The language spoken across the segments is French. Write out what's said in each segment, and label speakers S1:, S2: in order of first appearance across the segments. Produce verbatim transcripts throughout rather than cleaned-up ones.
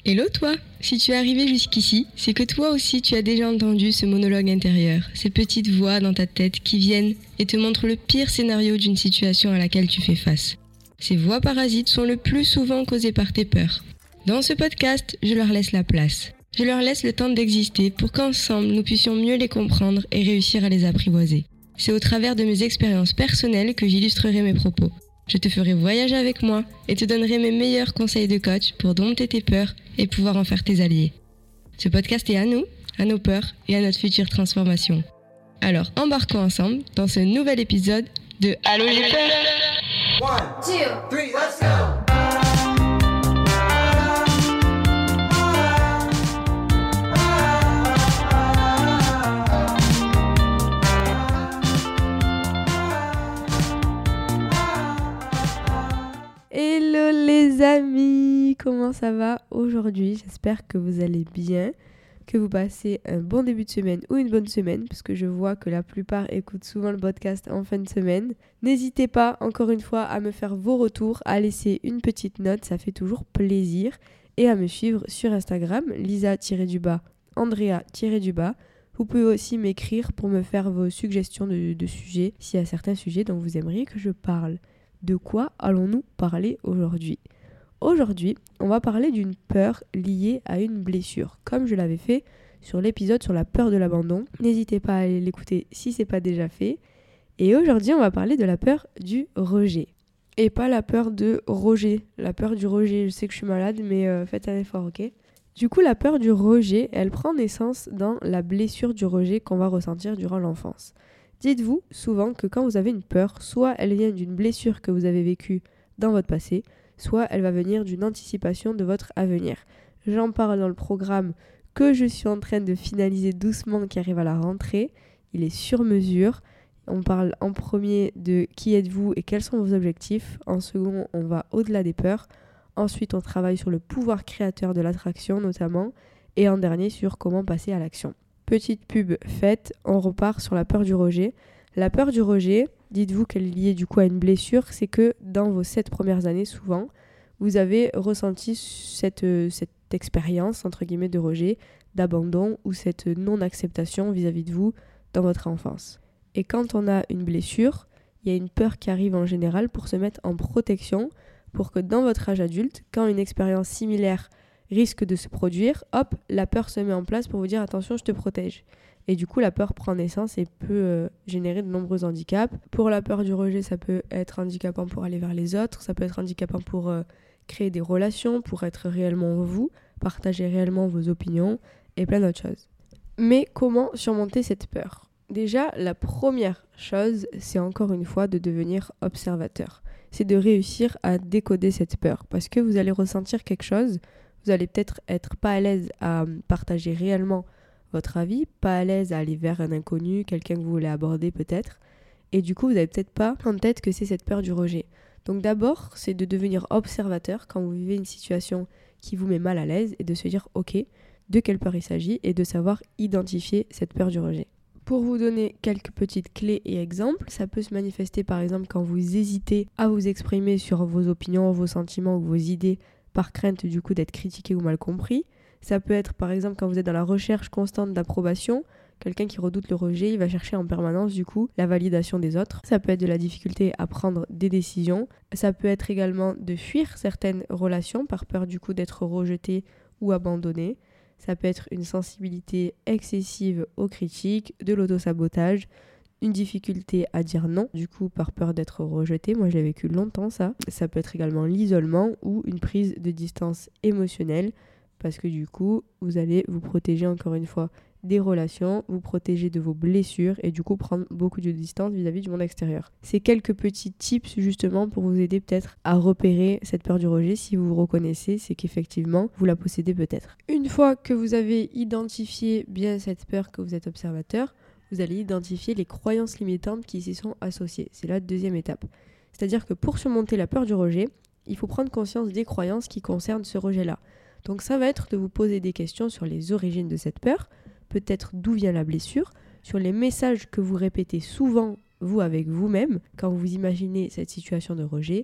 S1: Hello toi! Si tu es arrivé jusqu'ici, c'est que toi aussi tu as déjà entendu ce monologue intérieur, ces petites voix dans ta tête qui viennent et te montrent le pire scénario d'une situation à laquelle tu fais face. Ces voix parasites sont le plus souvent causées par tes peurs. Dans ce podcast, je leur laisse la place. Je leur laisse le temps d'exister pour qu'ensemble nous puissions mieux les comprendre et réussir à les apprivoiser. C'est au travers de mes expériences personnelles que j'illustrerai mes propos. Je te ferai voyager avec moi et te donnerai mes meilleurs conseils de coach pour dompter tes peurs et pouvoir en faire tes alliés. Ce podcast est à nous, à nos peurs et à notre future transformation. Alors embarquons ensemble dans ce nouvel épisode de Allô j'ai peur.
S2: One, two, three, let's go!
S3: Hello les amis, comment ça va aujourd'hui? J'espère que vous allez bien, que vous passez un bon début de semaine ou une bonne semaine, parce que je vois que la plupart écoutent souvent le podcast en fin de semaine. N'hésitez pas, encore une fois, à me faire vos retours, à laisser une petite note, ça fait toujours plaisir, et à me suivre sur Instagram, Lisa-du-bas, Andrea-du-bas. Vous pouvez aussi m'écrire pour me faire vos suggestions de, de sujets, s'il y a certains sujets dont vous aimeriez que je parle. De quoi allons-nous parler aujourd'hui ? Aujourd'hui, on va parler d'une peur liée à une blessure, comme je l'avais fait sur l'épisode sur la peur de l'abandon. N'hésitez pas à aller l'écouter si ce n'est pas déjà fait. Et aujourd'hui, on va parler de la peur du rejet. Et pas la peur de rejet, la peur du rejet. Je sais que je suis malade, mais euh, faites un effort, ok ? Du coup, la peur du rejet, elle prend naissance dans la blessure du rejet qu'on va ressentir durant l'enfance. Dites-vous souvent que quand vous avez une peur, soit elle vient d'une blessure que vous avez vécue dans votre passé, soit elle va venir d'une anticipation de votre avenir. J'en parle dans le programme que je suis en train de finaliser doucement, qui arrive à la rentrée. Il est sur mesure. On parle en premier de qui êtes-vous et quels sont vos objectifs. En second, on va au-delà des peurs. Ensuite, on travaille sur le pouvoir créateur de l'attraction notamment. Et en dernier, sur comment passer à l'action. Petite pub faite, on repart sur la peur du rejet. La peur du rejet, dites-vous qu'elle est liée du coup à une blessure, c'est que dans vos sept premières années, souvent, vous avez ressenti cette, cette expérience, entre guillemets, de rejet, d'abandon ou cette non-acceptation vis-à-vis de vous dans votre enfance. Et quand on a une blessure, il y a une peur qui arrive en général pour se mettre en protection, pour que dans votre âge adulte, quand une expérience similaire risque de se produire, hop, la peur se met en place pour vous dire attention, je te protège. Et du coup, la peur prend naissance et peut euh, générer de nombreux handicaps. Pour la peur du rejet, ça peut être handicapant pour aller vers les autres, ça peut être handicapant pour euh, créer des relations, pour être réellement vous, partager réellement vos opinions et plein d'autres choses. Mais comment surmonter cette peur ? Déjà, la première chose, c'est encore une fois de devenir observateur. C'est de réussir à décoder cette peur parce que vous allez ressentir quelque chose. Vous allez peut-être être pas à l'aise à partager réellement votre avis, pas à l'aise à aller vers un inconnu, quelqu'un que vous voulez aborder peut-être. Et du coup, vous n'avez peut-être pas en tête que c'est cette peur du rejet. Donc d'abord, c'est de devenir observateur quand vous vivez une situation qui vous met mal à l'aise et de se dire « Ok, de quelle peur il s'agit ?» et de savoir identifier cette peur du rejet. Pour vous donner quelques petites clés et exemples, ça peut se manifester par exemple quand vous hésitez à vous exprimer sur vos opinions, vos sentiments ou vos idées par crainte du coup d'être critiqué ou mal compris. Ça peut être par exemple quand vous êtes dans la recherche constante d'approbation, quelqu'un qui redoute le rejet, il va chercher en permanence du coup la validation des autres. Ça peut être de la difficulté à prendre des décisions. Ça peut être également de fuir certaines relations par peur du coup d'être rejeté ou abandonné. Ça peut être une sensibilité excessive aux critiques, de l'autosabotage, une difficulté à dire non, du coup par peur d'être rejeté. Moi je l'ai vécu longtemps ça. Ça peut être également l'isolement ou une prise de distance émotionnelle parce que du coup vous allez vous protéger encore une fois des relations, vous protéger de vos blessures et du coup prendre beaucoup de distance vis-à-vis du monde extérieur. C'est quelques petits tips justement pour vous aider peut-être à repérer cette peur du rejet. Si vous vous reconnaissez, c'est qu'effectivement vous la possédez peut-être. Une fois que vous avez identifié bien cette peur, que vous êtes observateur, vous allez identifier les croyances limitantes qui s'y sont associées. C'est la deuxième étape. C'est-à-dire que pour surmonter la peur du rejet, il faut prendre conscience des croyances qui concernent ce rejet-là. Donc ça va être de vous poser des questions sur les origines de cette peur, peut-être d'où vient la blessure, sur les messages que vous répétez souvent, vous avec vous-même, quand vous imaginez cette situation de rejet,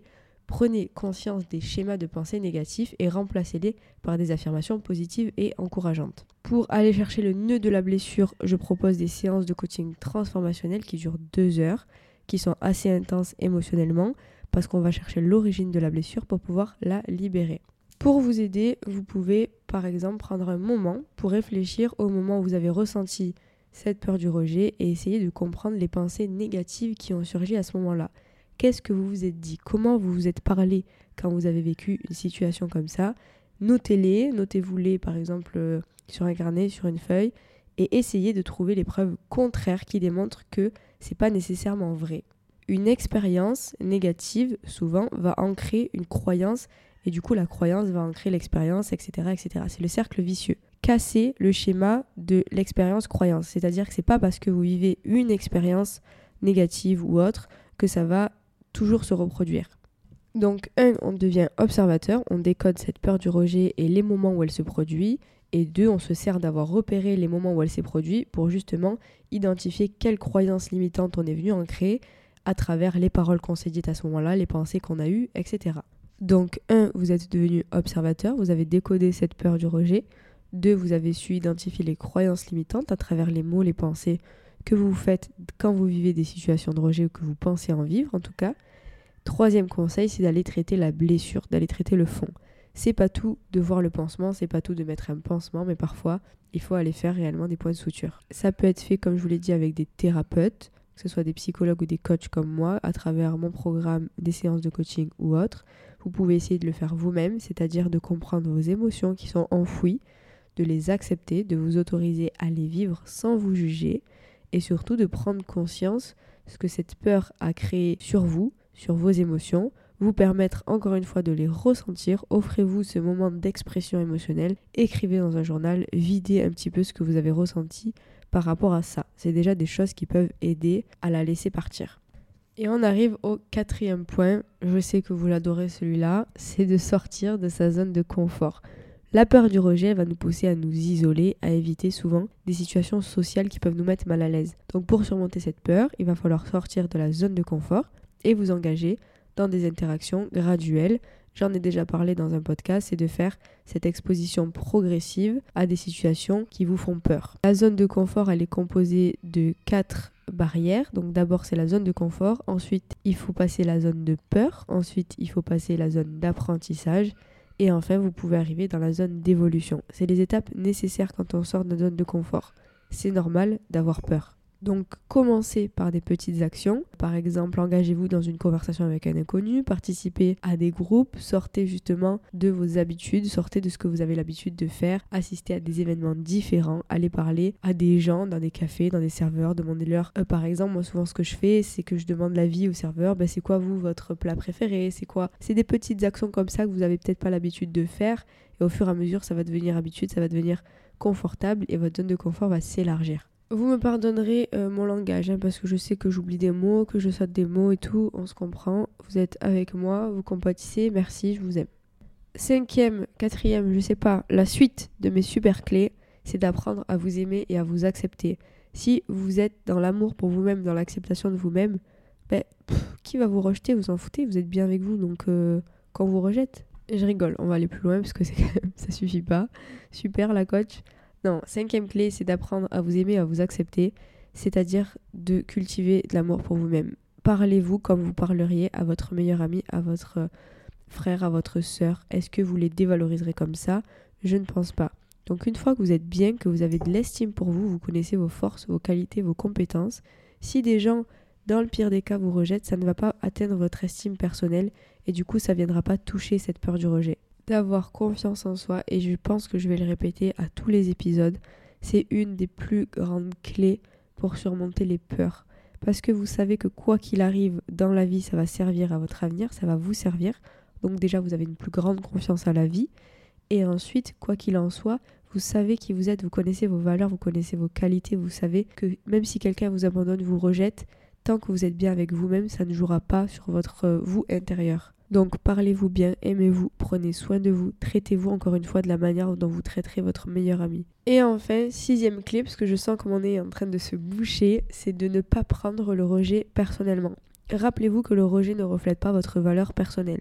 S3: Prenez conscience des schémas de pensée négatifs et remplacez-les par des affirmations positives et encourageantes. Pour aller chercher le nœud de la blessure, je propose des séances de coaching transformationnel qui durent deux heures, qui sont assez intenses émotionnellement, parce qu'on va chercher l'origine de la blessure pour pouvoir la libérer. Pour vous aider, vous pouvez par exemple prendre un moment pour réfléchir au moment où vous avez ressenti cette peur du rejet et essayer de comprendre les pensées négatives qui ont surgi à ce moment-là. Qu'est-ce que vous vous êtes dit? Comment vous vous êtes parlé quand vous avez vécu une situation comme ça? Notez-les, notez-vous-les par exemple euh, sur un carnet, sur une feuille, et essayez de trouver les preuves contraires qui démontrent que c'est pas nécessairement vrai. Une expérience négative, souvent, va ancrer une croyance, et du coup la croyance va ancrer l'expérience, et cetera, et cetera. C'est le cercle vicieux. Cassez le schéma de l'expérience-croyance, c'est-à-dire que c'est pas parce que vous vivez une expérience négative ou autre que ça va toujours se reproduire. Donc un, on devient observateur, on décode cette peur du rejet et les moments où elle se produit, et deux, on se sert d'avoir repéré les moments où elle s'est produite pour justement identifier quelles croyances limitantes on est venu ancrer à travers les paroles qu'on s'est dites à ce moment-là, les pensées qu'on a eues, et cetera. Donc un, vous êtes devenu observateur, vous avez décodé cette peur du rejet. Deux, vous avez su identifier les croyances limitantes à travers les mots, les pensées que vous faites quand vous vivez des situations de rejet ou que vous pensez en vivre en tout cas. Troisième conseil, c'est d'aller traiter la blessure, d'aller traiter le fond. C'est pas tout de voir le pansement, c'est pas tout de mettre un pansement, mais parfois, il faut aller faire réellement des points de suture. Ça peut être fait, comme je vous l'ai dit, avec des thérapeutes, que ce soit des psychologues ou des coachs comme moi, à travers mon programme, des séances de coaching ou autres. Vous pouvez essayer de le faire vous-même, c'est-à-dire de comprendre vos émotions qui sont enfouies, de les accepter, de vous autoriser à les vivre sans vous juger, et surtout de prendre conscience de ce que cette peur a créé sur vous, sur vos émotions, vous permettre encore une fois de les ressentir. Offrez-vous ce moment d'expression émotionnelle, écrivez dans un journal, videz un petit peu ce que vous avez ressenti par rapport à ça. C'est déjà des choses qui peuvent aider à la laisser partir. Et on arrive au quatrième point, je sais que vous l'adorez celui-là, c'est de sortir de sa zone de confort. La peur du rejet va nous pousser à nous isoler, à éviter souvent des situations sociales qui peuvent nous mettre mal à l'aise. Donc pour surmonter cette peur, il va falloir sortir de la zone de confort et vous engager dans des interactions graduelles. J'en ai déjà parlé dans un podcast, c'est de faire cette exposition progressive à des situations qui vous font peur. La zone de confort, elle est composée de quatre barrières. Donc d'abord, c'est la zone de confort. Ensuite, il faut passer la zone de peur. Ensuite, il faut passer la zone d'apprentissage. Et enfin, vous pouvez arriver dans la zone d'évolution. C'est les étapes nécessaires quand on sort de la zone de confort. C'est normal d'avoir peur. Donc, commencez par des petites actions. Par exemple, engagez-vous dans une conversation avec un inconnu, participez à des groupes, sortez justement de vos habitudes, sortez de ce que vous avez l'habitude de faire, assistez à des événements différents, allez parler à des gens dans des cafés, dans des serveurs, demandez-leur. Euh, par exemple, moi souvent ce que je fais, c'est que je demande l'avis au serveur, ben, c'est quoi vous, votre plat préféré, c'est quoi? C'est des petites actions comme ça que vous avez peut-être pas l'habitude de faire, et au fur et à mesure, ça va devenir habitude, ça va devenir confortable, et votre zone de confort va s'élargir. Vous me pardonnerez euh, mon langage, hein, parce que je sais que j'oublie des mots, que je saute des mots et tout, on se comprend. Vous êtes avec moi, vous compatissez, merci, je vous aime. Cinquième, quatrième, je sais pas, la suite de mes super clés, c'est d'apprendre à vous aimer et à vous accepter. Si vous êtes dans l'amour pour vous-même, dans l'acceptation de vous-même, ben, pff, qui va vous rejeter? Vous en foutez, vous êtes bien avec vous, donc euh, quand on vous rejette. Et je rigole, on va aller plus loin parce que c'est quand même, ça suffit pas. Super la coach. Non, cinquième clé, c'est d'apprendre à vous aimer, à vous accepter, c'est-à-dire de cultiver de l'amour pour vous-même. Parlez-vous comme vous parleriez à votre meilleur ami, à votre frère, à votre sœur. Est-ce que vous les dévaloriserez comme ça? Je ne pense pas. Donc une fois que vous êtes bien, que vous avez de l'estime pour vous, vous connaissez vos forces, vos qualités, vos compétences, si des gens, dans le pire des cas, vous rejettent, ça ne va pas atteindre votre estime personnelle et du coup, ça ne viendra pas toucher cette peur du rejet. D'avoir confiance en soi, et je pense que je vais le répéter à tous les épisodes, c'est une des plus grandes clés pour surmonter les peurs. Parce que vous savez que quoi qu'il arrive dans la vie, ça va servir à votre avenir, ça va vous servir. Donc déjà, vous avez une plus grande confiance à la vie. Et ensuite, quoi qu'il en soit, vous savez qui vous êtes, vous connaissez vos valeurs, vous connaissez vos qualités, vous savez que même si quelqu'un vous abandonne, vous rejette, tant que vous êtes bien avec vous-même, ça ne jouera pas sur votre euh, vous intérieur. Donc parlez-vous bien, aimez-vous, prenez soin de vous, traitez-vous encore une fois de la manière dont vous traiterez votre meilleur ami. Et enfin, sixième clé, parce que je sens que mon nez est en train de se boucher, c'est de ne pas prendre le rejet personnellement. Rappelez-vous que le rejet ne reflète pas votre valeur personnelle.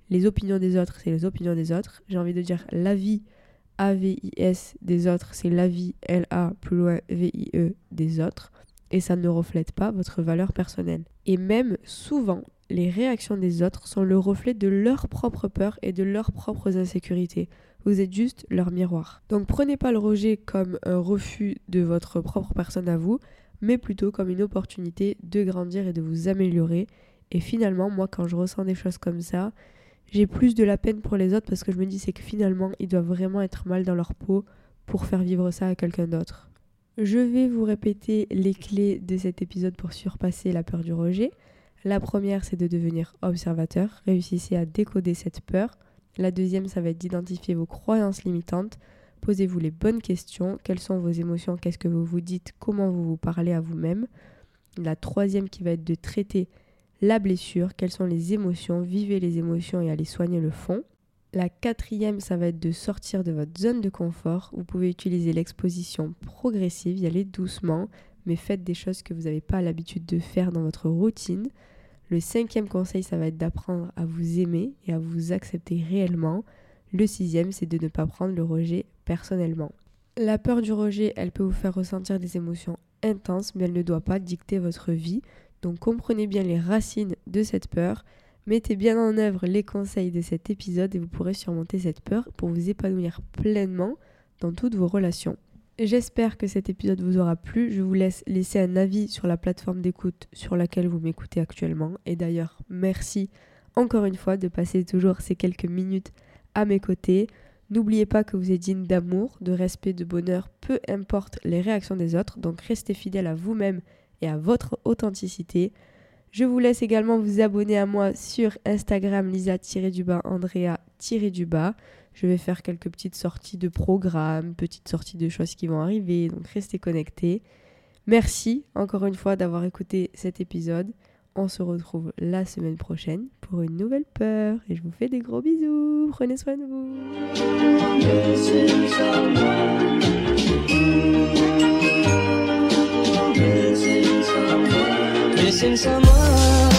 S3: les opinions des autres, c'est les opinions des autres. J'ai envie de dire l'avis, A V I S, des autres, c'est l'avis, L A, plus loin, V I E, des autres. Et ça ne reflète pas votre valeur personnelle. Et même souvent, les réactions des autres sont le reflet de leurs propres peurs et de leurs propres insécurités. Vous êtes juste leur miroir. Donc prenez pas le rejet comme un refus de votre propre personne à vous, mais plutôt comme une opportunité de grandir et de vous améliorer. Et finalement, moi, quand je ressens des choses comme ça, j'ai plus de la peine pour les autres parce que je me dis c'est que finalement, ils doivent vraiment être mal dans leur peau pour faire vivre ça à quelqu'un d'autre. Je vais vous répéter les clés de cet épisode pour surpasser la peur du rejet. La première, c'est de devenir observateur. Réussissez à décoder cette peur. La deuxième, ça va être d'identifier vos croyances limitantes. Posez-vous les bonnes questions. Quelles sont vos émotions? Qu'est-ce que vous vous dites? Comment vous vous parlez à vous-même? La troisième qui va être de traiter la blessure. Quelles sont les émotions? Vivez les émotions et allez soigner le fond. La quatrième, ça va être de sortir de votre zone de confort. Vous pouvez utiliser l'exposition progressive, y aller doucement, mais faites des choses que vous n'avez pas l'habitude de faire dans votre routine. Le cinquième conseil, ça va être d'apprendre à vous aimer et à vous accepter réellement. Le sixième, c'est de ne pas prendre le rejet personnellement. La peur du rejet, elle peut vous faire ressentir des émotions intenses, mais elle ne doit pas dicter votre vie. Donc comprenez bien les racines de cette peur. Mettez bien en œuvre les conseils de cet épisode et vous pourrez surmonter cette peur pour vous épanouir pleinement dans toutes vos relations. J'espère que cet épisode vous aura plu. Je vous laisse laisser un avis sur la plateforme d'écoute sur laquelle vous m'écoutez actuellement. Et d'ailleurs, merci encore une fois de passer toujours ces quelques minutes à mes côtés. N'oubliez pas que vous êtes digne d'amour, de respect, de bonheur, peu importe les réactions des autres. Donc restez fidèle à vous-même et à votre authenticité. Je vous laisse également vous abonner à moi sur Instagram, Lisa-Andrea-. Je vais faire quelques petites sorties de programmes, petites sorties de choses qui vont arriver, donc restez connectés. Merci encore une fois d'avoir écouté cet épisode. On se retrouve la semaine prochaine pour une nouvelle peur. Et je vous fais des gros bisous. Prenez soin de vous.
S4: Missing someone